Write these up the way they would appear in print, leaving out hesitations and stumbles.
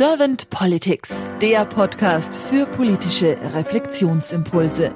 Servant Politics, der Podcast für politische Reflexionsimpulse.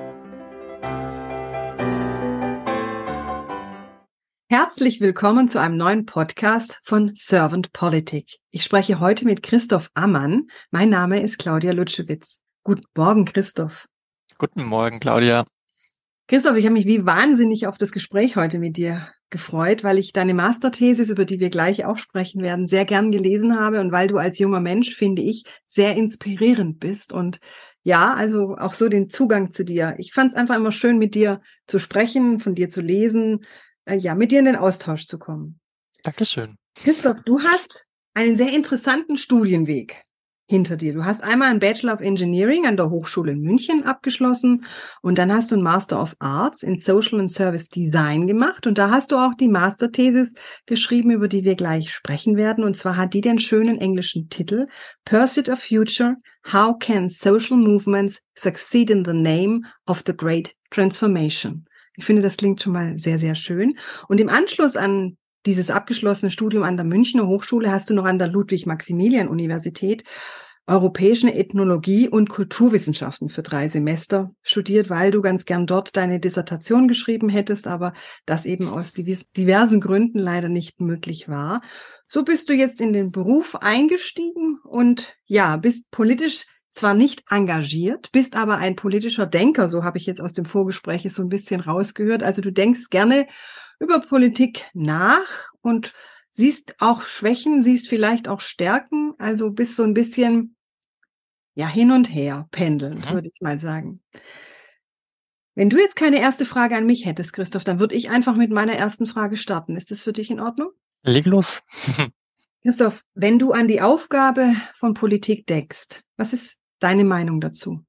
Herzlich willkommen zu einem neuen Podcast von Servant Politics. Ich spreche heute mit Christoph Ammann. Mein Name ist Claudia Lutschewitz. Guten Morgen, Christoph. Guten Morgen, Claudia. Christoph, ich habe mich wie wahnsinnig auf das Gespräch heute mit dir gefreut, weil ich deine Masterthesis, über die wir gleich auch sprechen werden, sehr gern gelesen habe und weil du als junger Mensch, finde ich, sehr inspirierend bist und ja, also auch so den Zugang zu dir. Ich fand es einfach immer schön, mit dir zu sprechen, von dir zu lesen, mit dir in den Austausch zu kommen. Dankeschön. Christoph, du hast einen sehr interessanten Studienweg hinter dir. Du hast einmal einen Bachelor of Engineering an der Hochschule in München abgeschlossen und dann hast du einen Master of Arts in Social and Service Design gemacht und da hast du auch die Masterthesis geschrieben, über die wir gleich sprechen werden, und zwar hat die den schönen englischen Titel Pursuit of Future: How can social movements succeed in the name of the Great Transformation? Ich finde, das klingt schon mal sehr, sehr schön. Und im Anschluss an dieses abgeschlossene Studium an der Münchner Hochschule hast du noch an der Ludwig-Maximilian-Universität Europäische Ethnologie und Kulturwissenschaften für 3 Semester studiert, weil du ganz gern dort deine Dissertation geschrieben hättest, aber das eben aus diversen Gründen leider nicht möglich war. So bist du jetzt in den Beruf eingestiegen und ja, bist politisch zwar nicht engagiert, bist aber ein politischer Denker, so habe ich jetzt aus dem Vorgespräch so ein bisschen rausgehört. Also du denkst gerne über Politik nach und siehst auch Schwächen, siehst vielleicht auch Stärken, also bist so ein bisschen hin und her pendelnd, würde ich mal sagen. Wenn du jetzt keine erste Frage an mich hättest, Christoph, dann würde ich einfach mit meiner ersten Frage starten. Ist das für dich in Ordnung? Leg los. Christoph, wenn du an die Aufgabe von Politik denkst, was ist deine Meinung dazu?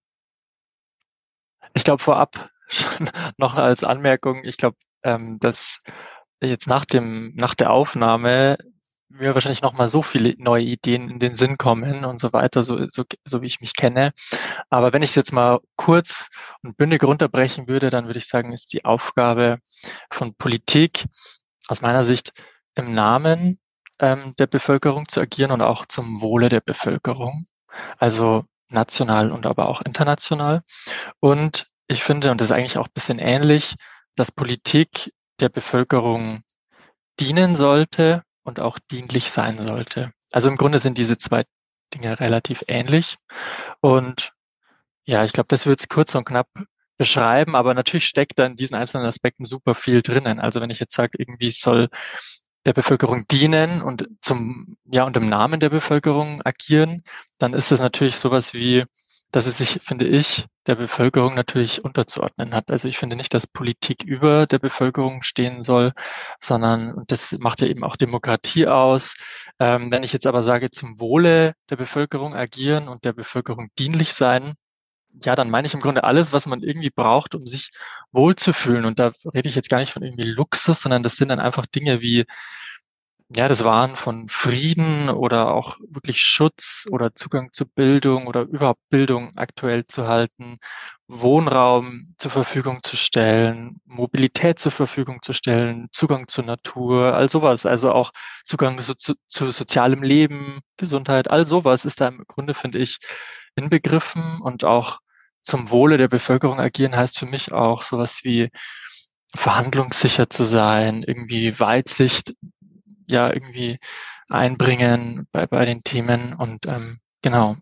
Ich glaube vorab schon noch als Anmerkung, ich glaube, dass jetzt nach der Aufnahme mir wahrscheinlich noch mal so viele neue Ideen in den Sinn kommen und so weiter, so wie ich mich kenne. Aber wenn ich es jetzt mal kurz und bündig runterbrechen würde, dann würde ich sagen, ist die Aufgabe von Politik aus meiner Sicht im Namen der Bevölkerung zu agieren und auch zum Wohle der Bevölkerung, also national und aber auch international. Und ich finde, und das ist eigentlich auch ein bisschen ähnlich, dass Politik der Bevölkerung dienen sollte und auch dienlich sein sollte. Also im Grunde sind diese 2 Dinge relativ ähnlich. Und ja, ich glaube, das würde es kurz und knapp beschreiben, aber natürlich steckt da in diesen einzelnen Aspekten super viel drinnen. Also wenn ich jetzt sage, irgendwie soll der Bevölkerung dienen und und im Namen der Bevölkerung agieren, dann ist das natürlich sowas wie, dass es sich, finde ich, der Bevölkerung natürlich unterzuordnen hat. Also ich finde nicht, dass Politik über der Bevölkerung stehen soll, sondern, und das macht ja eben auch Demokratie aus. Wenn ich jetzt aber sage, zum Wohle der Bevölkerung agieren und der Bevölkerung dienlich sein, ja, dann meine ich im Grunde alles, was man irgendwie braucht, um sich wohlzufühlen. Und da rede ich jetzt gar nicht von irgendwie Luxus, sondern das sind dann einfach Dinge wie, ja, das Wahren von Frieden oder auch wirklich Schutz oder Zugang zu Bildung oder überhaupt Bildung aktuell zu halten, Wohnraum zur Verfügung zu stellen, Mobilität zur Verfügung zu stellen, Zugang zur Natur, all sowas. Also auch Zugang zu sozialem Leben, Gesundheit, all sowas ist da im Grunde, finde ich, inbegriffen. Und auch zum Wohle der Bevölkerung agieren heißt für mich auch sowas wie verhandlungssicher zu sein, irgendwie Weitsicht irgendwie einbringen bei den Themen und genau.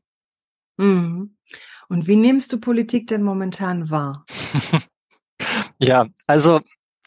Mhm. Und wie nimmst du Politik denn momentan wahr? Ja, also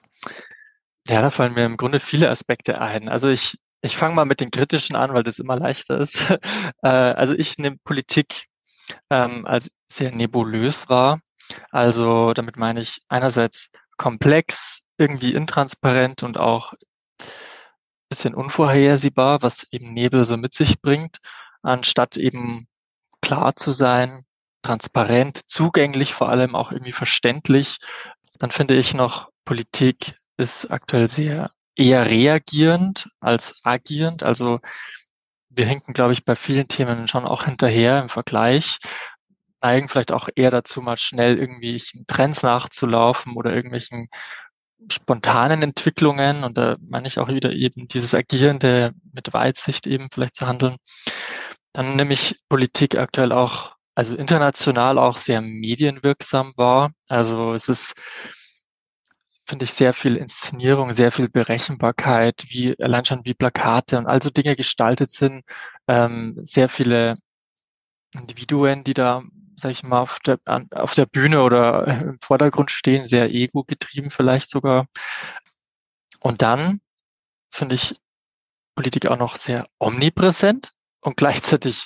da fallen mir im Grunde viele Aspekte ein. Also ich fange mal mit den kritischen an, weil das immer leichter ist. Also ich nehme Politik als sehr nebulös wahr. Also damit meine ich einerseits komplex, irgendwie intransparent und auch bisschen unvorhersehbar, was eben Nebel so mit sich bringt, anstatt eben klar zu sein, transparent, zugänglich, vor allem auch irgendwie verständlich. Dann finde ich noch, Politik ist aktuell eher reagierend als agierend. Also wir hinken, glaube ich, bei vielen Themen schon auch hinterher im Vergleich, neigen vielleicht auch eher dazu, mal schnell irgendwie Trends nachzulaufen oder irgendwelchen spontanen Entwicklungen. Und da meine ich auch wieder eben dieses Agierende mit Weitsicht eben vielleicht zu handeln. dann nehme ich Politik aktuell auch, also international auch sehr medienwirksam wahr. Also es ist, finde ich, sehr viel Inszenierung, sehr viel Berechenbarkeit, wie allein schon wie Plakate und also Dinge gestaltet sind, sehr viele Individuen, die da, sag ich mal, auf der Bühne oder im Vordergrund stehen, sehr ego-getrieben vielleicht sogar. Und dann finde ich Politik auch noch sehr omnipräsent und gleichzeitig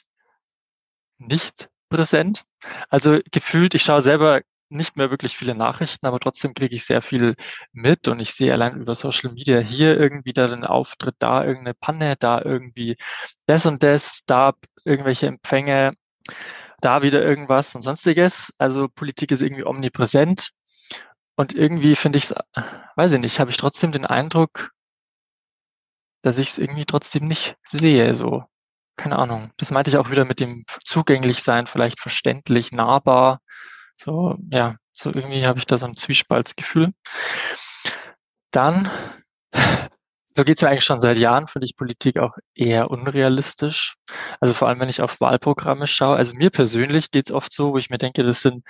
nicht präsent. Also gefühlt, ich schaue selber nicht mehr wirklich viele Nachrichten, aber trotzdem kriege ich sehr viel mit und ich sehe allein über Social Media hier irgendwie da den Auftritt, da irgendeine Panne, da irgendwie das und das, da irgendwelche Empfänge, da wieder irgendwas und sonstiges. Also Politik ist irgendwie omnipräsent und irgendwie finde ich es, weiß ich nicht, habe ich trotzdem den Eindruck, dass ich es irgendwie trotzdem nicht sehe, so. Keine Ahnung. Das meinte ich auch wieder mit dem zugänglich sein, vielleicht verständlich, nahbar. So, ja, so irgendwie habe ich da so ein Zwiespaltsgefühl. Dann, so geht's mir eigentlich schon seit Jahren, finde ich Politik auch eher unrealistisch. Also vor allem, wenn ich auf Wahlprogramme schaue. Also mir persönlich geht's oft so, wo ich mir denke, das sind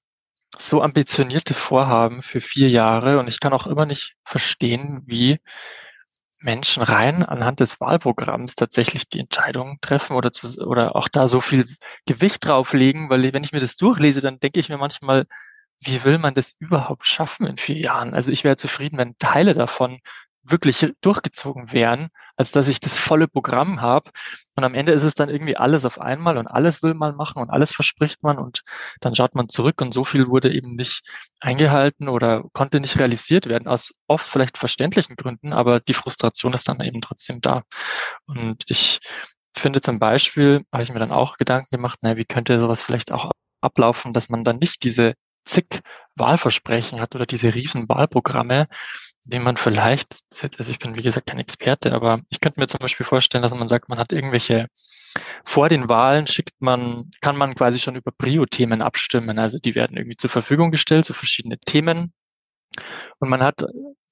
so ambitionierte Vorhaben für 4 Jahre und ich kann auch immer nicht verstehen, wie Menschen rein anhand des Wahlprogramms tatsächlich die Entscheidungen treffen oder auch da so viel Gewicht drauflegen, weil wenn ich mir das durchlese, dann denke ich mir manchmal, wie will man das überhaupt schaffen in 4 Jahren? Also ich wäre zufrieden, wenn Teile davon wirklich durchgezogen wären, als dass ich das volle Programm habe. Und am Ende ist es dann irgendwie alles auf einmal und alles will man machen und alles verspricht man und dann schaut man zurück und so viel wurde eben nicht eingehalten oder konnte nicht realisiert werden, aus oft vielleicht verständlichen Gründen, aber die Frustration ist dann eben trotzdem da. Und ich finde zum Beispiel, habe ich mir dann auch Gedanken gemacht, naja, wie könnte sowas vielleicht auch ablaufen, dass man dann nicht diese zig Wahlversprechen hat oder diese riesen Wahlprogramme, die man vielleicht, also ich bin wie gesagt kein Experte, aber ich könnte mir zum Beispiel vorstellen, dass man sagt, man hat irgendwelche, vor den Wahlen kann man quasi schon über Prio-Themen abstimmen. Also die werden irgendwie zur Verfügung gestellt, so verschiedene Themen. Und man hat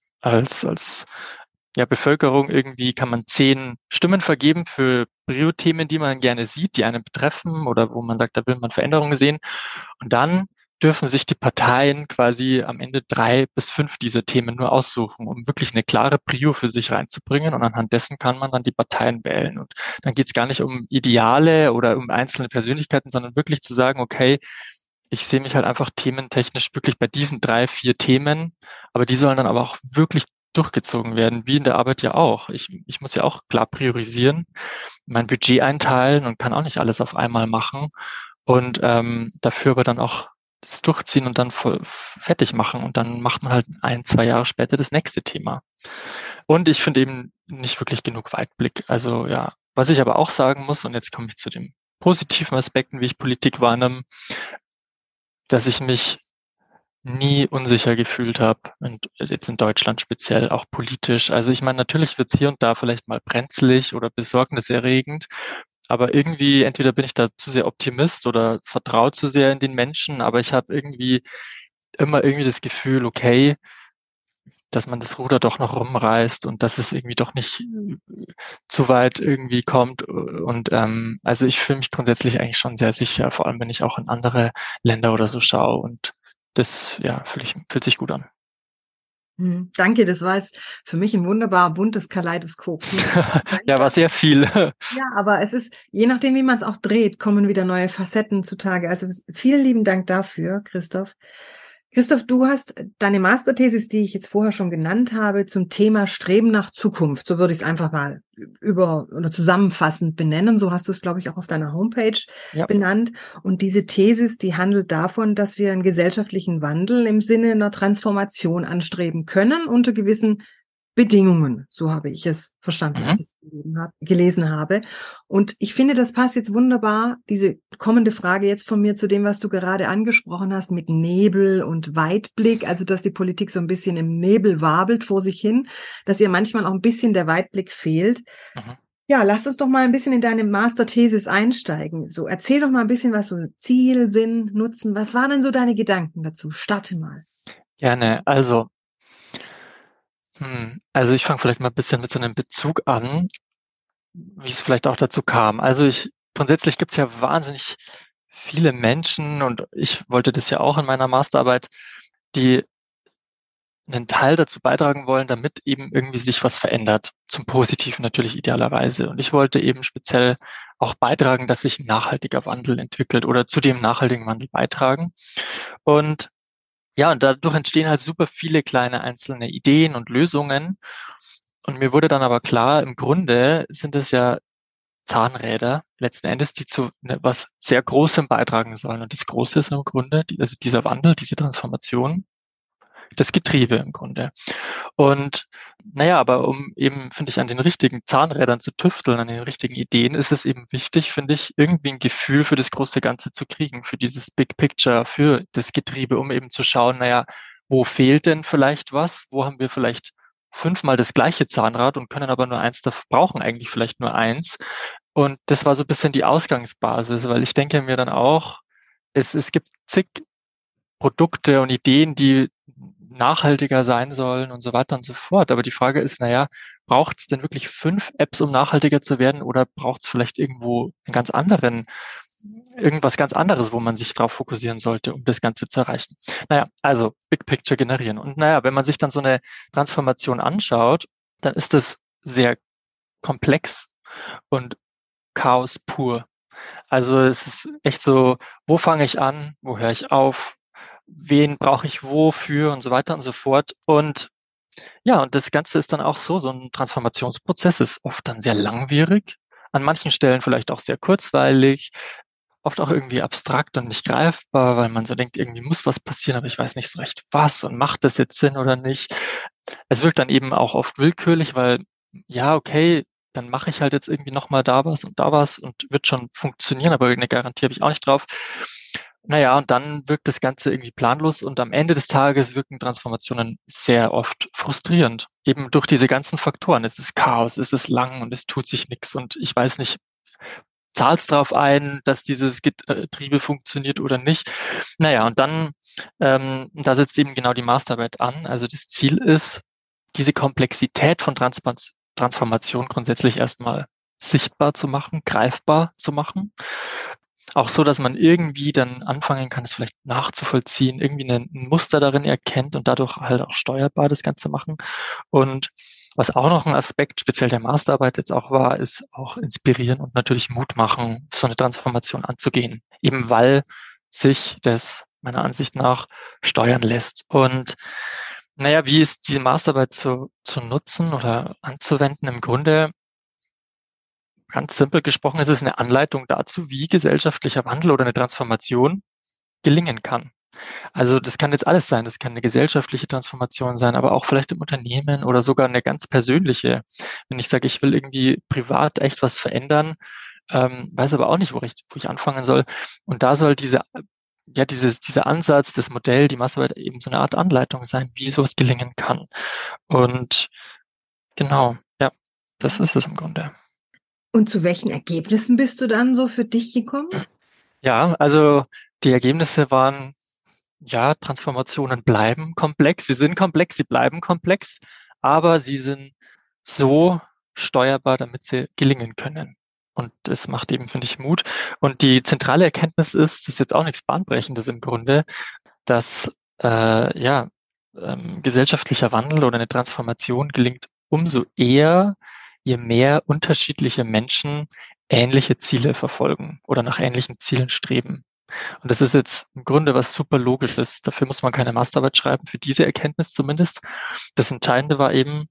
als ja, Bevölkerung irgendwie kann man 10 Stimmen vergeben für Prio-Themen, die man gerne sieht, die einen betreffen oder wo man sagt, da will man Veränderungen sehen. Und dann dürfen sich die Parteien quasi am Ende 3 bis 5 dieser Themen nur aussuchen, um wirklich eine klare Prio für sich reinzubringen. Und anhand dessen kann man dann die Parteien wählen. Und dann geht es gar nicht um Ideale oder um einzelne Persönlichkeiten, sondern wirklich zu sagen, okay, ich sehe mich halt einfach thementechnisch wirklich bei diesen 3, 4 Themen, aber die sollen dann aber auch wirklich durchgezogen werden, wie in der Arbeit ja auch. Ich muss ja auch klar priorisieren, mein Budget einteilen und kann auch nicht alles auf einmal machen und dafür aber dann auch das durchziehen und dann voll fertig machen und dann macht man halt 1, 2 Jahre später das nächste Thema. Und ich finde eben nicht wirklich genug Weitblick. Also ja, was ich aber auch sagen muss, und jetzt komme ich zu den positiven Aspekten, wie ich Politik wahrnehme, dass ich mich nie unsicher gefühlt habe und jetzt in Deutschland speziell auch politisch. Also ich meine, natürlich wird es hier und da vielleicht mal brenzlig oder besorgniserregend, aber irgendwie entweder bin ich da zu sehr Optimist oder vertraue zu sehr in den Menschen, aber ich habe irgendwie immer irgendwie das Gefühl, okay, dass man das Ruder doch noch rumreißt und dass es irgendwie doch nicht zu weit irgendwie kommt. Und also ich fühle mich grundsätzlich eigentlich schon sehr sicher, vor allem wenn ich auch in andere Länder oder so schaue. Und das ja, fühlt sich gut an. Danke, das war jetzt für mich ein wunderbar buntes Kaleidoskop. Ja, war sehr viel. Ja, aber es ist, je nachdem, wie man es auch dreht, kommen wieder neue Facetten zutage. Also vielen lieben Dank dafür, Christoph. Christoph, du hast deine Masterthesis, die ich jetzt vorher schon genannt habe, zum Thema Streben nach Zukunft, so würde ich es einfach mal oder zusammenfassend benennen. So hast du es, glaube ich, auch auf deiner Homepage benannt. Und diese Thesis, die handelt davon, dass wir einen gesellschaftlichen Wandel im Sinne einer Transformation anstreben können unter gewissen Bedingungen, so habe ich es verstanden, als ich es gelesen habe. Und ich finde, das passt jetzt wunderbar, diese kommende Frage jetzt von mir zu dem, was du gerade angesprochen hast, mit Nebel und Weitblick, also dass die Politik so ein bisschen im Nebel wabelt vor sich hin, dass ihr manchmal auch ein bisschen der Weitblick fehlt. Ja, lass uns doch mal ein bisschen in deine Masterthesis einsteigen. So, erzähl doch mal ein bisschen, was so Ziel, Sinn, Nutzen, was waren denn so deine Gedanken dazu? Starte mal. Gerne, also ich fange vielleicht mal ein bisschen mit so einem Bezug an, wie es vielleicht auch dazu kam. Also ich grundsätzlich gibt es ja wahnsinnig viele Menschen und ich wollte das ja auch in meiner Masterarbeit, die einen Teil dazu beitragen wollen, damit eben irgendwie sich was verändert. Zum Positiven natürlich idealerweise. Und ich wollte eben speziell auch beitragen, dass sich ein nachhaltiger Wandel entwickelt oder zu dem nachhaltigen Wandel beitragen. Und ja, und dadurch entstehen halt super viele kleine einzelne Ideen und Lösungen. Und mir wurde dann aber klar, im Grunde sind es ja Zahnräder letzten Endes, die zu was sehr Großem beitragen sollen. Und das Große ist im Grunde, also dieser Wandel, diese Transformation, das Getriebe im Grunde. Und naja, aber um eben, finde ich, an den richtigen Zahnrädern zu tüfteln, an den richtigen Ideen, ist es eben wichtig, finde ich, irgendwie ein Gefühl für das große Ganze zu kriegen, für dieses Big Picture, für das Getriebe, um eben zu schauen, naja, wo fehlt denn vielleicht was? Wo haben wir vielleicht 5-mal das gleiche Zahnrad und können aber nur eins, brauchen eigentlich vielleicht nur eins. Und das war so ein bisschen die Ausgangsbasis, weil ich denke mir dann auch, es gibt zig Produkte und Ideen, die nachhaltiger sein sollen und so weiter und so fort. Aber die Frage ist, naja, braucht es denn wirklich 5 Apps, um nachhaltiger zu werden, oder braucht es vielleicht irgendwo irgendwas ganz anderes, wo man sich drauf fokussieren sollte, um das Ganze zu erreichen? Naja, also Big Picture generieren. Und naja, wenn man sich dann so eine Transformation anschaut, dann ist das sehr komplex und Chaos pur. Also es ist echt so, wo fange ich an, wo höre ich auf, wen brauche ich wofür und so weiter und so fort. Und ja, und das Ganze ist dann auch so ein Transformationsprozess ist oft dann sehr langwierig, an manchen Stellen vielleicht auch sehr kurzweilig, oft auch irgendwie abstrakt und nicht greifbar, weil man so denkt, irgendwie muss was passieren, aber ich weiß nicht so recht was und macht das jetzt Sinn oder nicht. Es wirkt dann eben auch oft willkürlich, weil ja, okay, dann mache ich halt jetzt irgendwie nochmal da was und wird schon funktionieren, aber eine Garantie habe ich auch nicht drauf. Naja, und dann wirkt das Ganze irgendwie planlos und am Ende des Tages wirken Transformationen sehr oft frustrierend. Eben durch diese ganzen Faktoren. Es ist Chaos, es ist lang und es tut sich nichts und ich weiß nicht, zahlst drauf ein, dass dieses Getriebe funktioniert oder nicht. Naja, und dann, da setzt eben genau die Masterarbeit an. Also das Ziel ist, diese Komplexität von Transformation grundsätzlich erstmal sichtbar zu machen, greifbar zu machen. Auch so, dass man irgendwie dann anfangen kann, es vielleicht nachzuvollziehen, irgendwie ein Muster darin erkennt und dadurch halt auch steuerbar das Ganze machen. Und was auch noch ein Aspekt speziell der Masterarbeit jetzt auch war, ist auch inspirieren und natürlich Mut machen, so eine Transformation anzugehen. Eben weil sich das meiner Ansicht nach steuern lässt. Und naja, wie ist diese Masterarbeit zu nutzen oder anzuwenden? Im Grunde, ganz simpel gesprochen, ist es eine Anleitung dazu, wie gesellschaftlicher Wandel oder eine Transformation gelingen kann. Also das kann jetzt alles sein. Das kann eine gesellschaftliche Transformation sein, aber auch vielleicht im Unternehmen oder sogar eine ganz persönliche. Wenn ich sage, ich will irgendwie privat echt was verändern, weiß aber auch nicht, wo ich anfangen soll. Und da soll dieser Ansatz, das Modell, die Masterarbeit eben so eine Art Anleitung sein, wie sowas gelingen kann. Und genau, ja, das ist es im Grunde. Und zu welchen Ergebnissen bist du dann so für dich gekommen? Ja, also die Ergebnisse waren, ja, Transformationen bleiben komplex. Sie sind komplex, sie bleiben komplex, aber sie sind so steuerbar, damit sie gelingen können. Und das macht eben, finde ich, Mut. Und die zentrale Erkenntnis ist, das ist jetzt auch nichts Bahnbrechendes im Grunde, dass gesellschaftlicher Wandel oder eine Transformation gelingt umso eher, je mehr unterschiedliche Menschen ähnliche Ziele verfolgen oder nach ähnlichen Zielen streben. Und das ist jetzt im Grunde was super Logisches. Dafür muss man keine Masterarbeit schreiben, für diese Erkenntnis zumindest. Das Entscheidende war eben,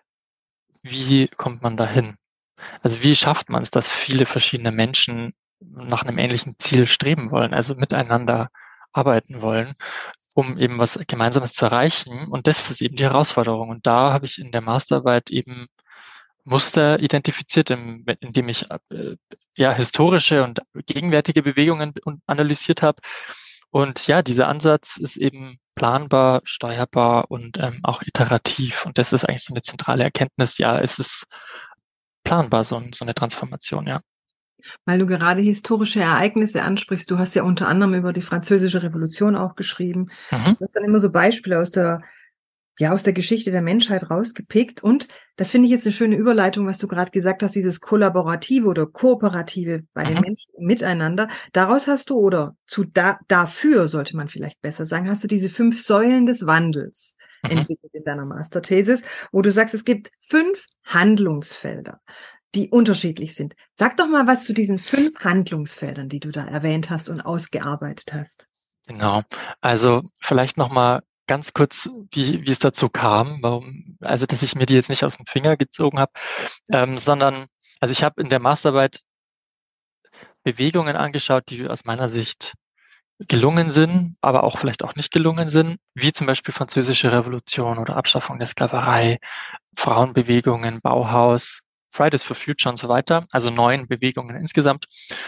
wie kommt man dahin? Also wie schafft man es, dass viele verschiedene Menschen nach einem ähnlichen Ziel streben wollen, also miteinander arbeiten wollen, um eben was Gemeinsames zu erreichen. Und das ist eben die Herausforderung. Und da habe ich in der Masterarbeit eben Muster identifiziert, indem ich historische und gegenwärtige Bewegungen analysiert habe. Und ja, dieser Ansatz ist eben planbar, steuerbar und auch iterativ. Und das ist eigentlich so eine zentrale Erkenntnis. Ja, es ist planbar, so eine Transformation, ja. Weil du gerade historische Ereignisse ansprichst. Du hast ja unter anderem über die Französische Revolution auch geschrieben. Mhm. Das sind immer so Beispiele aus der ja, aus der Geschichte der Menschheit rausgepickt. Und das finde ich jetzt eine schöne Überleitung, was du gerade gesagt hast, dieses Kollaborative oder Kooperative bei den Menschen miteinander. Daraus hast du, oder dafür sollte man vielleicht besser sagen, hast du diese 5 Säulen des Wandels entwickelt in deiner Masterthesis, wo du sagst, es gibt 5 Handlungsfelder, die unterschiedlich sind. Sag doch mal was zu diesen 5 Handlungsfeldern, die du da erwähnt hast und ausgearbeitet hast. Genau. Also vielleicht nochmal ganz kurz, wie es dazu kam, warum, also dass ich mir die jetzt nicht aus dem Finger gezogen habe, sondern, also ich habe in der Masterarbeit Bewegungen angeschaut, die aus meiner Sicht gelungen sind, aber auch vielleicht auch nicht gelungen sind, wie zum Beispiel Französische Revolution oder Abschaffung der Sklaverei, Frauenbewegungen, Bauhaus, Fridays for Future und so weiter, also 9 Bewegungen insgesamt.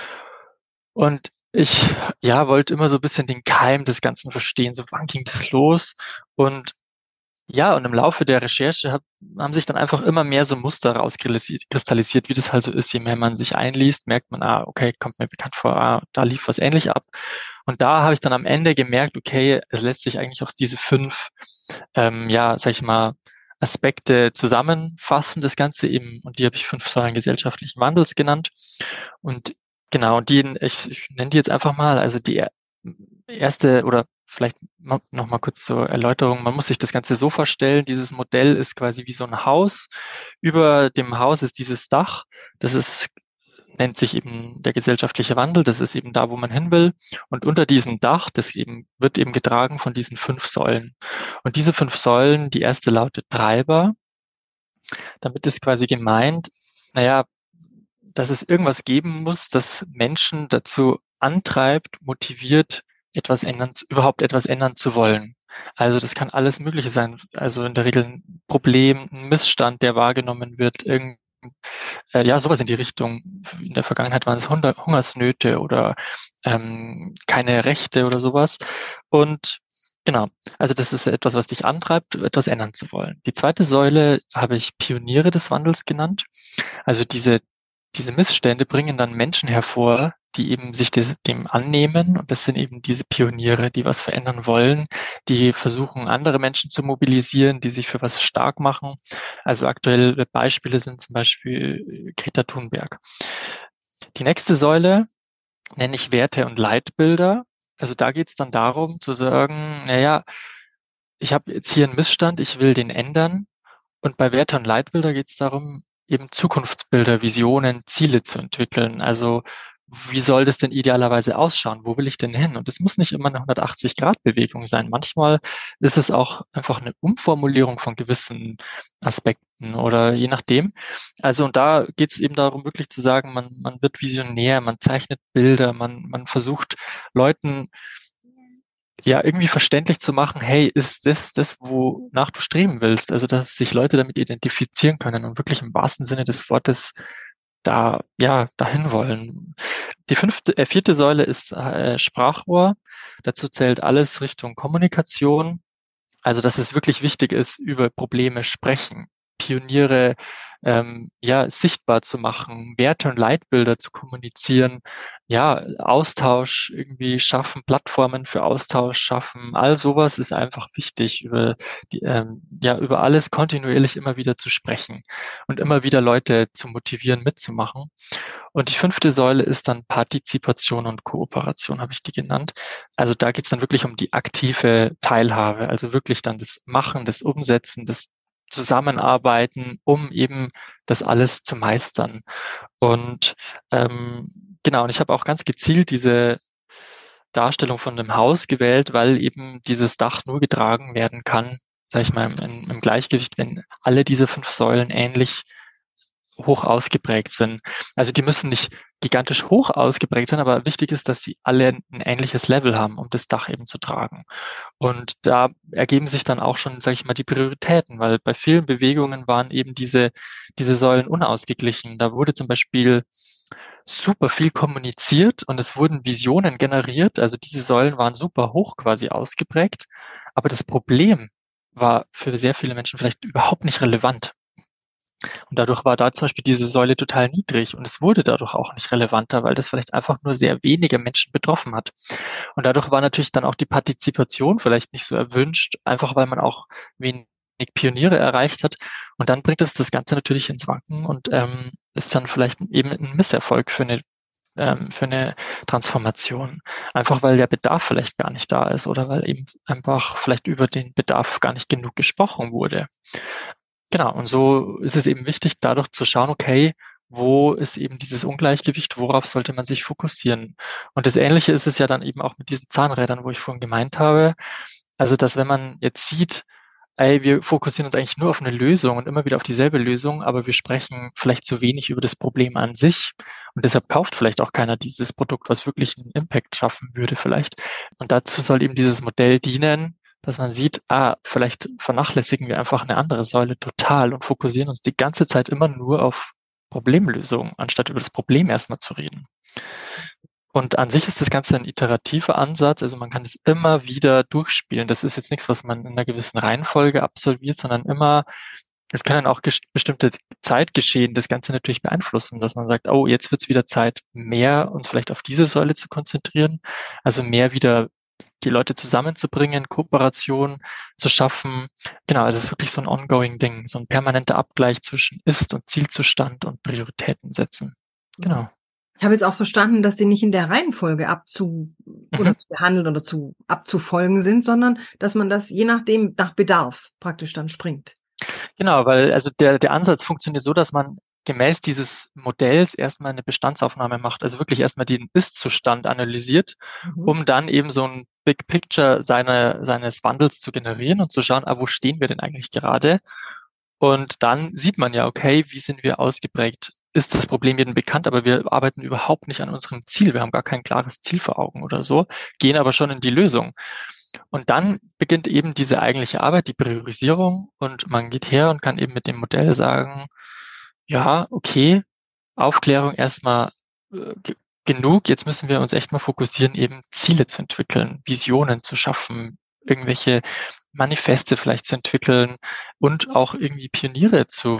Und ich wollte immer so ein bisschen den Keim des Ganzen verstehen, so wann ging das los? Und und im Laufe der Recherche haben sich dann einfach immer mehr so Muster rauskristallisiert, wie das halt so ist. Je mehr man sich einliest, merkt man, okay, kommt mir bekannt vor, da lief was ähnlich ab. Und da habe ich dann am Ende gemerkt, okay, es lässt sich eigentlich auf diese 5, sag ich mal, Aspekte zusammenfassen, das Ganze eben, und die habe ich 5 Säulen gesellschaftlichen Wandels genannt. Und genau, ich nenne die jetzt einfach mal, also die erste, oder vielleicht noch mal kurz zur Erläuterung. Man muss sich das Ganze so vorstellen, dieses Modell ist quasi wie so ein Haus. Über dem Haus ist dieses Dach. Nennt sich eben der gesellschaftliche Wandel. Das ist eben da, wo man hin will. Und unter diesem Dach, wird eben getragen von diesen 5 Säulen. Und diese 5 Säulen, die erste lautet Treiber. Damit ist quasi gemeint, dass es irgendwas geben muss, das Menschen dazu antreibt, motiviert, überhaupt etwas ändern zu wollen. Also das kann alles Mögliche sein. Also in der Regel ein Problem, ein Missstand, der wahrgenommen wird, sowas in die Richtung. In der Vergangenheit waren es Hungersnöte oder keine Rechte oder sowas. Und genau, also das ist etwas, was dich antreibt, etwas ändern zu wollen. Die zweite Säule habe ich Pioniere des Wandels genannt. Also diese Missstände bringen dann Menschen hervor, die eben sich dem annehmen. Und das sind eben diese Pioniere, die was verändern wollen, die versuchen, andere Menschen zu mobilisieren, die sich für was stark machen. Also aktuelle Beispiele sind zum Beispiel Greta Thunberg. Die nächste Säule nenne ich Werte und Leitbilder. Also da geht es dann darum zu sagen, ich habe jetzt hier einen Missstand, ich will den ändern. Und bei Werte und Leitbilder geht es darum, eben Zukunftsbilder, Visionen, Ziele zu entwickeln. Also wie soll das denn idealerweise ausschauen? Wo will ich denn hin? Und es muss nicht immer eine 180-Grad-Bewegung sein. Manchmal ist es auch einfach eine Umformulierung von gewissen Aspekten oder je nachdem. Also und da geht es eben darum, wirklich zu sagen, man wird visionär, man zeichnet Bilder, man versucht Leuten irgendwie verständlich zu machen, hey, ist das, wonach du streben willst? Also, dass sich Leute damit identifizieren können und wirklich im wahrsten Sinne des Wortes dahin wollen. Die vierte Säule ist Sprachrohr. Dazu zählt alles Richtung Kommunikation. Also, dass es wirklich wichtig ist, über Probleme sprechen, Pioniere sichtbar zu machen, Werte und Leitbilder zu kommunizieren, Austausch irgendwie schaffen, Plattformen für Austausch schaffen. All sowas ist einfach wichtig, über alles kontinuierlich immer wieder zu sprechen und immer wieder Leute zu motivieren, mitzumachen. Und die 5. Säule ist dann Partizipation und Kooperation, habe ich die genannt. Also da geht es dann wirklich um die aktive Teilhabe, also wirklich dann das Machen, das Umsetzen, das Zusammenarbeiten, um eben das alles zu meistern. Und und ich habe auch ganz gezielt diese Darstellung von dem Haus gewählt, weil eben dieses Dach nur getragen werden kann, sage ich mal, im Gleichgewicht, wenn alle diese 5 Säulen ähnlich hoch ausgeprägt sind. Also die müssen nicht gigantisch hoch ausgeprägt sein, aber wichtig ist, dass sie alle ein ähnliches Level haben, um das Dach eben zu tragen. Und da ergeben sich dann auch schon, sage ich mal, die Prioritäten, weil bei vielen Bewegungen waren eben diese Säulen unausgeglichen. Da wurde zum Beispiel super viel kommuniziert und es wurden Visionen generiert. Also diese Säulen waren super hoch quasi ausgeprägt, aber das Problem war für sehr viele Menschen vielleicht überhaupt nicht relevant. Und dadurch war da zum Beispiel diese Säule total niedrig und es wurde dadurch auch nicht relevanter, weil das vielleicht einfach nur sehr wenige Menschen betroffen hat. Und dadurch war natürlich dann auch die Partizipation vielleicht nicht so erwünscht, einfach weil man auch wenig Pioniere erreicht hat. Und dann bringt es das Ganze natürlich ins Wanken und ist dann vielleicht eben ein Misserfolg für eine Transformation. Einfach weil der Bedarf vielleicht gar nicht da ist oder weil eben einfach vielleicht über den Bedarf gar nicht genug gesprochen wurde. Genau, und so ist es eben wichtig, dadurch zu schauen, okay, wo ist eben dieses Ungleichgewicht, worauf sollte man sich fokussieren? Und das Ähnliche ist es ja dann eben auch mit diesen Zahnrädern, wo ich vorhin gemeint habe. Also, dass wenn man jetzt sieht, ey, wir fokussieren uns eigentlich nur auf eine Lösung und immer wieder auf dieselbe Lösung, aber wir sprechen vielleicht zu wenig über das Problem an sich. Und deshalb kauft vielleicht auch keiner dieses Produkt, was wirklich einen Impact schaffen würde vielleicht. Und dazu soll eben dieses Modell dienen, dass man sieht, vielleicht vernachlässigen wir einfach eine andere Säule total und fokussieren uns die ganze Zeit immer nur auf Problemlösung, anstatt über das Problem erstmal zu reden. Und an sich ist das Ganze ein iterativer Ansatz, also man kann es immer wieder durchspielen. Das ist jetzt nichts, was man in einer gewissen Reihenfolge absolviert, sondern immer, es kann dann auch bestimmte Zeitgeschehen das Ganze natürlich beeinflussen, dass man sagt, oh, jetzt wird es wieder Zeit, mehr uns vielleicht auf diese Säule zu konzentrieren, also mehr wieder die Leute zusammenzubringen, Kooperation zu schaffen. Genau, also es ist wirklich so ein ongoing Ding, so ein permanenter Abgleich zwischen Ist- und Zielzustand und Prioritäten setzen. Genau. Ich habe jetzt auch verstanden, dass sie nicht in der Reihenfolge oder zu behandeln oder abzufolgen sind, sondern dass man das je nachdem nach Bedarf praktisch dann springt. Genau, weil also der Ansatz funktioniert so, dass man gemäß dieses Modells erstmal eine Bestandsaufnahme macht, also wirklich erstmal den Ist-Zustand analysiert, um dann eben so ein Big Picture seines Wandels zu generieren und zu schauen, wo stehen wir denn eigentlich gerade? Und dann sieht man ja, okay, wie sind wir ausgeprägt? Ist das Problem jedem bekannt, aber wir arbeiten überhaupt nicht an unserem Ziel. Wir haben gar kein klares Ziel vor Augen oder so, gehen aber schon in die Lösung. Und dann beginnt eben diese eigentliche Arbeit, die Priorisierung, und man geht her und kann eben mit dem Modell sagen, ja, okay, Aufklärung erstmal genug, jetzt müssen wir uns echt mal fokussieren, eben Ziele zu entwickeln, Visionen zu schaffen, irgendwelche Manifeste vielleicht zu entwickeln und auch irgendwie Pioniere zu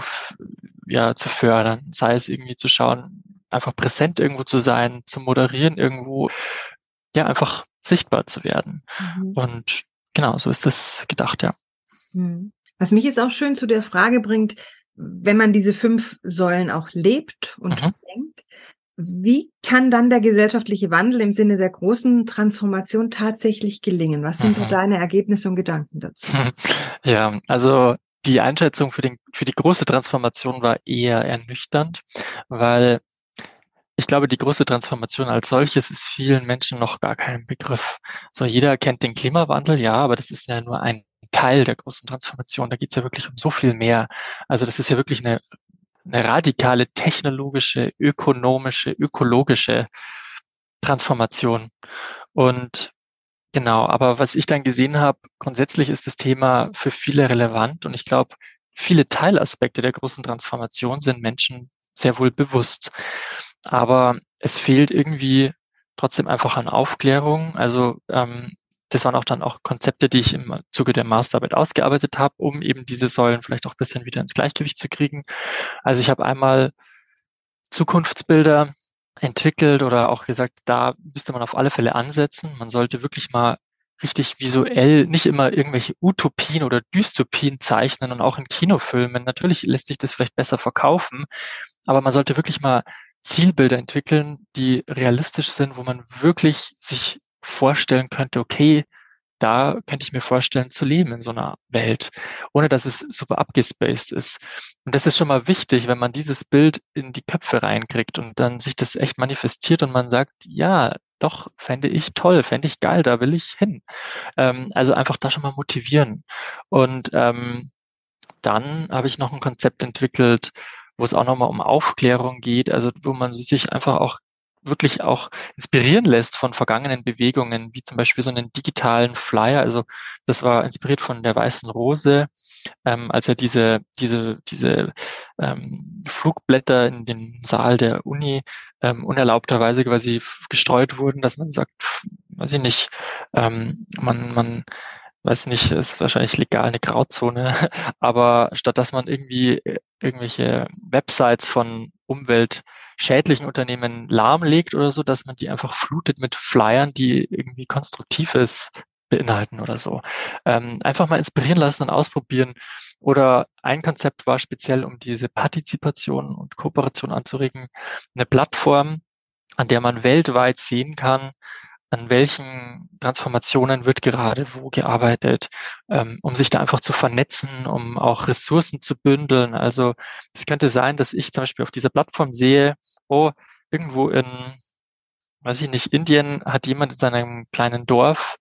fördern, sei es irgendwie zu schauen, einfach präsent irgendwo zu sein, zu moderieren irgendwo, ja, einfach sichtbar zu werden. Und genau, so ist das gedacht, ja. Was mich jetzt auch schön zu der Frage bringt, wenn man diese 5 Säulen auch lebt und denkt, wie kann dann der gesellschaftliche Wandel im Sinne der großen Transformation tatsächlich gelingen? Was sind da deine Ergebnisse und Gedanken dazu? Ja, also die Einschätzung für die große Transformation war eher ernüchternd, weil ich glaube, die große Transformation als solches ist vielen Menschen noch gar kein Begriff. So, jeder kennt den Klimawandel, ja, aber das ist ja nur ein Teil der großen Transformation. Da geht es ja wirklich um so viel mehr. Also das ist ja wirklich eine radikale technologische, ökonomische, ökologische Transformation. Und genau, aber was ich dann gesehen habe, grundsätzlich ist das Thema für viele relevant und ich glaube, viele Teilaspekte der großen Transformation sind Menschen sehr wohl bewusst. Aber es fehlt irgendwie trotzdem einfach an Aufklärung. Also das waren auch Konzepte, die ich im Zuge der Masterarbeit ausgearbeitet habe, um eben diese Säulen vielleicht auch ein bisschen wieder ins Gleichgewicht zu kriegen. Also ich habe einmal Zukunftsbilder entwickelt oder auch gesagt, da müsste man auf alle Fälle ansetzen. Man sollte wirklich mal richtig visuell nicht immer irgendwelche Utopien oder Dystopien zeichnen und auch in Kinofilmen. Natürlich lässt sich das vielleicht besser verkaufen, aber man sollte wirklich mal Zielbilder entwickeln, die realistisch sind, wo man wirklich sich vorstellen könnte, okay, da könnte ich mir vorstellen zu leben in so einer Welt, ohne dass es super abgespaced ist. Und das ist schon mal wichtig, wenn man dieses Bild in die Köpfe reinkriegt und dann sich das echt manifestiert und man sagt, ja, doch, fände ich toll, fände ich geil, da will ich hin. Also einfach da schon mal motivieren. Und dann habe ich noch ein Konzept entwickelt, wo es auch nochmal um Aufklärung geht, also wo man sich einfach auch wirklich auch inspirieren lässt von vergangenen Bewegungen, wie zum Beispiel so einen digitalen Flyer. Also das war inspiriert von der Weißen Rose, als er diese Flugblätter in den Saal der Uni unerlaubterweise quasi gestreut wurden, dass man sagt, weiß ich nicht, man weiß nicht, ist wahrscheinlich legal eine Grauzone, aber statt dass man irgendwie irgendwelche Websites von umweltschädlichen Unternehmen lahmlegt oder so, dass man die einfach flutet mit Flyern, die irgendwie konstruktives beinhalten oder so. Einfach mal inspirieren lassen und ausprobieren. Oder ein Konzept war speziell, um diese Partizipation und Kooperation anzuregen, eine Plattform, an der man weltweit sehen kann, an welchen Transformationen wird gerade wo gearbeitet, um sich da einfach zu vernetzen, um auch Ressourcen zu bündeln. Also es könnte sein, dass ich zum Beispiel auf dieser Plattform sehe, oh, irgendwo in, weiß ich nicht, Indien hat jemand in seinem kleinen Dorf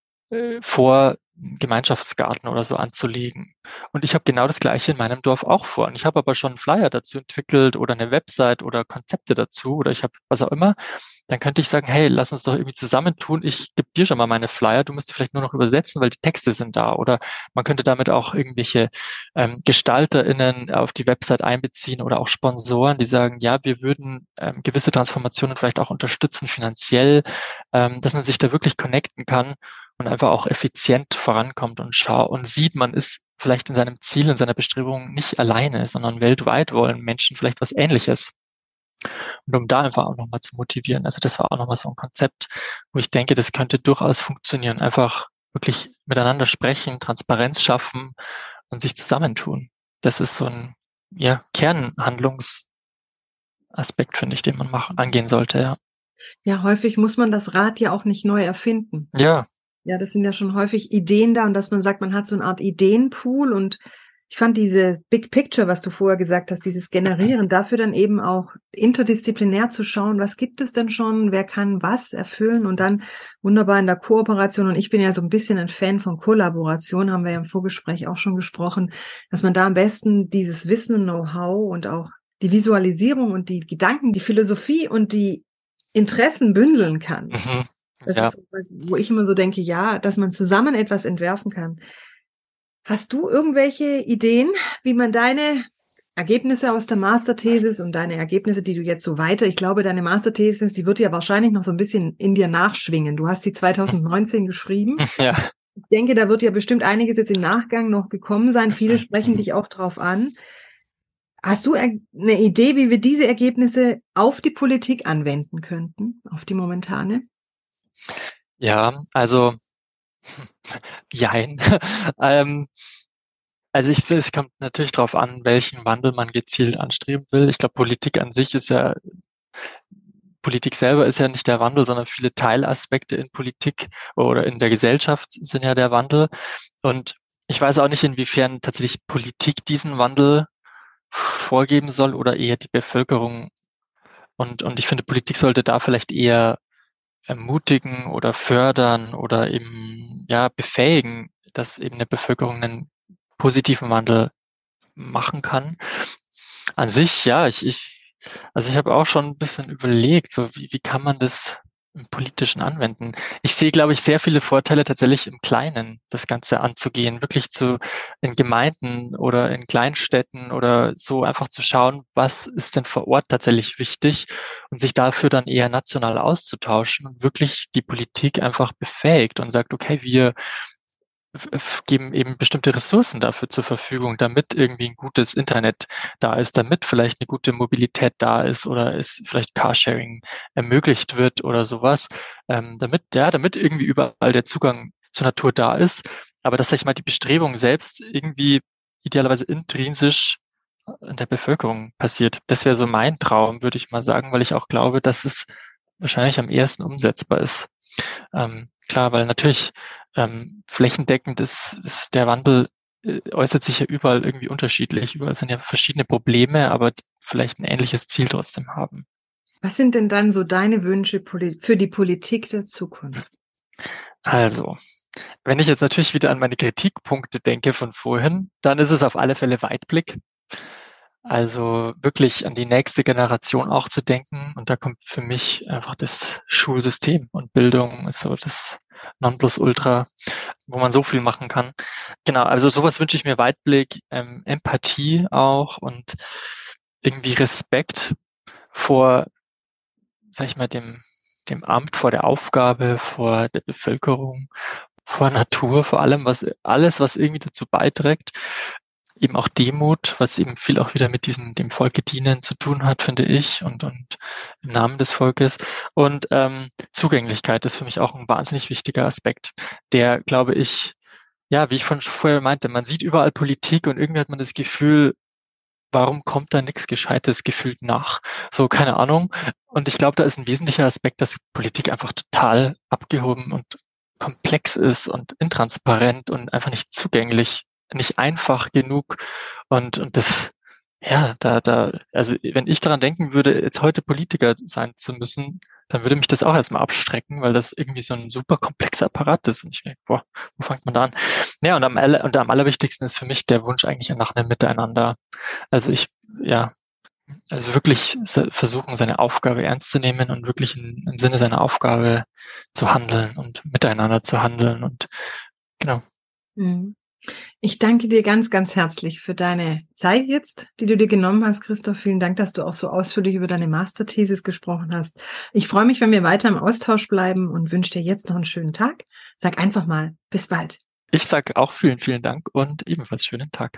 vor, einen Gemeinschaftsgarten oder so anzulegen. Und ich habe genau das Gleiche in meinem Dorf auch vor. Und ich habe aber schon einen Flyer dazu entwickelt oder eine Website oder Konzepte dazu oder ich habe was auch immer. Dann könnte ich sagen, hey, lass uns doch irgendwie zusammentun. Ich gebe dir schon mal meine Flyer. Du musst die vielleicht nur noch übersetzen, weil die Texte sind da. Oder man könnte damit auch irgendwelche GestalterInnen auf die Website einbeziehen oder auch Sponsoren, die sagen, ja, wir würden gewisse Transformationen vielleicht auch unterstützen finanziell, dass man sich da wirklich connecten kann und einfach auch effizient vorankommt und sieht, man ist vielleicht in seinem Ziel, in seiner Bestrebung nicht alleine, sondern weltweit wollen Menschen vielleicht was Ähnliches. Und um da einfach auch nochmal zu motivieren. Also das war auch nochmal so ein Konzept, wo ich denke, das könnte durchaus funktionieren. Einfach wirklich miteinander sprechen, Transparenz schaffen und sich zusammentun. Das ist so ein Kernhandlungsaspekt, finde ich, den man angehen sollte, ja. Ja, häufig muss man das Rad ja auch nicht neu erfinden. Ja. Ja, das sind ja schon häufig Ideen da und dass man sagt, man hat so eine Art Ideenpool und ich fand diese Big Picture, was du vorher gesagt hast, dieses Generieren, dafür dann eben auch interdisziplinär zu schauen, was gibt es denn schon, wer kann was erfüllen und dann wunderbar in der Kooperation. Und ich bin ja so ein bisschen ein Fan von Kollaboration, haben wir ja im Vorgespräch auch schon gesprochen, dass man da am besten dieses Wissen, Know-how und auch die Visualisierung und die Gedanken, die Philosophie und die Interessen bündeln kann. Mhm. Das ist so, wo ich immer so denke, ja, dass man zusammen etwas entwerfen kann. Hast du irgendwelche Ideen, wie man deine Ergebnisse aus der Masterthesis und deine Ergebnisse, die du jetzt so weiter, ich glaube, deine Masterthesis, die wird ja wahrscheinlich noch so ein bisschen in dir nachschwingen. Du hast sie 2019 geschrieben. Ja. Ich denke, da wird ja bestimmt einiges jetzt im Nachgang noch gekommen sein. Viele sprechen dich auch drauf an. Hast du eine Idee, wie wir diese Ergebnisse auf die Politik anwenden könnten, auf die momentane? Ja, also jein. Also ich finde, es kommt natürlich darauf an, welchen Wandel man gezielt anstreben will. Ich glaube, Politik selber ist ja nicht der Wandel, sondern viele Teilaspekte in Politik oder in der Gesellschaft sind ja der Wandel. Und ich weiß auch nicht, inwiefern tatsächlich Politik diesen Wandel vorgeben soll oder eher die Bevölkerung. Und ich finde, Politik sollte da vielleicht eher ermutigen oder fördern oder eben befähigen, dass eben eine Bevölkerung einen positiven Wandel machen kann. An sich, ja, also ich habe auch schon ein bisschen überlegt, so wie kann man das im Politischen anwenden? Ich sehe, glaube ich, sehr viele Vorteile tatsächlich im Kleinen, das Ganze anzugehen, wirklich in Gemeinden oder in Kleinstädten oder so einfach zu schauen, was ist denn vor Ort tatsächlich wichtig und sich dafür dann eher national auszutauschen und wirklich die Politik einfach befähigt und sagt, okay, wir geben eben bestimmte Ressourcen dafür zur Verfügung, damit irgendwie ein gutes Internet da ist, damit vielleicht eine gute Mobilität da ist oder es vielleicht Carsharing ermöglicht wird oder sowas, damit irgendwie überall der Zugang zur Natur da ist, aber dass, sag ich mal, die Bestrebung selbst irgendwie idealerweise intrinsisch in der Bevölkerung passiert. Das wäre so mein Traum, würde ich mal sagen, weil ich auch glaube, dass es wahrscheinlich am ehesten umsetzbar ist. Klar, weil natürlich flächendeckend ist der Wandel, äußert sich ja überall irgendwie unterschiedlich. Überall sind ja verschiedene Probleme, aber vielleicht ein ähnliches Ziel trotzdem haben. Was sind denn dann so deine Wünsche für die Politik der Zukunft? Also, wenn ich jetzt natürlich wieder an meine Kritikpunkte denke von vorhin, dann ist es auf alle Fälle Weitblick. Also wirklich an die nächste Generation auch zu denken. Und da kommt für mich einfach das Schulsystem und Bildung ist so das Nonplusultra, wo man so viel machen kann. Genau, also sowas wünsche ich mir, Weitblick, Empathie auch und irgendwie Respekt vor, sag ich mal, dem Amt, vor der Aufgabe, vor der Bevölkerung, vor Natur, vor allem, alles, was irgendwie dazu beiträgt, eben auch Demut, was eben viel auch wieder mit dem Volke dienen zu tun hat, finde ich, und im Namen des Volkes. Und Zugänglichkeit ist für mich auch ein wahnsinnig wichtiger Aspekt, der, glaube ich, ja, wie ich vorher meinte, man sieht überall Politik und irgendwie hat man das Gefühl, warum kommt da nichts Gescheites gefühlt nach? So, keine Ahnung. Und ich glaube, da ist ein wesentlicher Aspekt, dass Politik einfach total abgehoben und komplex ist und intransparent und einfach nicht zugänglich, nicht einfach genug. Und das, ja, also wenn ich daran denken würde, jetzt heute Politiker sein zu müssen, dann würde mich das auch erstmal abstrecken, weil das irgendwie so ein super komplexer Apparat ist. Und ich denke, boah, wo fängt man da an? Ja, und am allerwichtigsten ist für mich der Wunsch eigentlich nach einem Miteinander. Also also wirklich versuchen, seine Aufgabe ernst zu nehmen und wirklich im Sinne seiner Aufgabe zu handeln und miteinander zu handeln und genau. Ich danke dir ganz, ganz herzlich für deine Zeit jetzt, die du dir genommen hast, Christoph. Vielen Dank, dass du auch so ausführlich über deine Masterthesis gesprochen hast. Ich freue mich, wenn wir weiter im Austausch bleiben und wünsche dir jetzt noch einen schönen Tag. Sag einfach mal, bis bald. Ich sage auch vielen, vielen Dank und ebenfalls schönen Tag.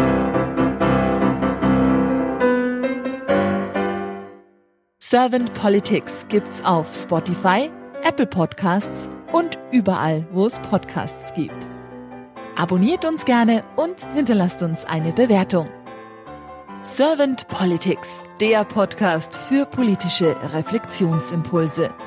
Servant Politics gibt's auf Spotify, Apple Podcasts und überall, wo es Podcasts gibt. Abonniert uns gerne und hinterlasst uns eine Bewertung. Servant Politics, der Podcast für politische Reflexionsimpulse.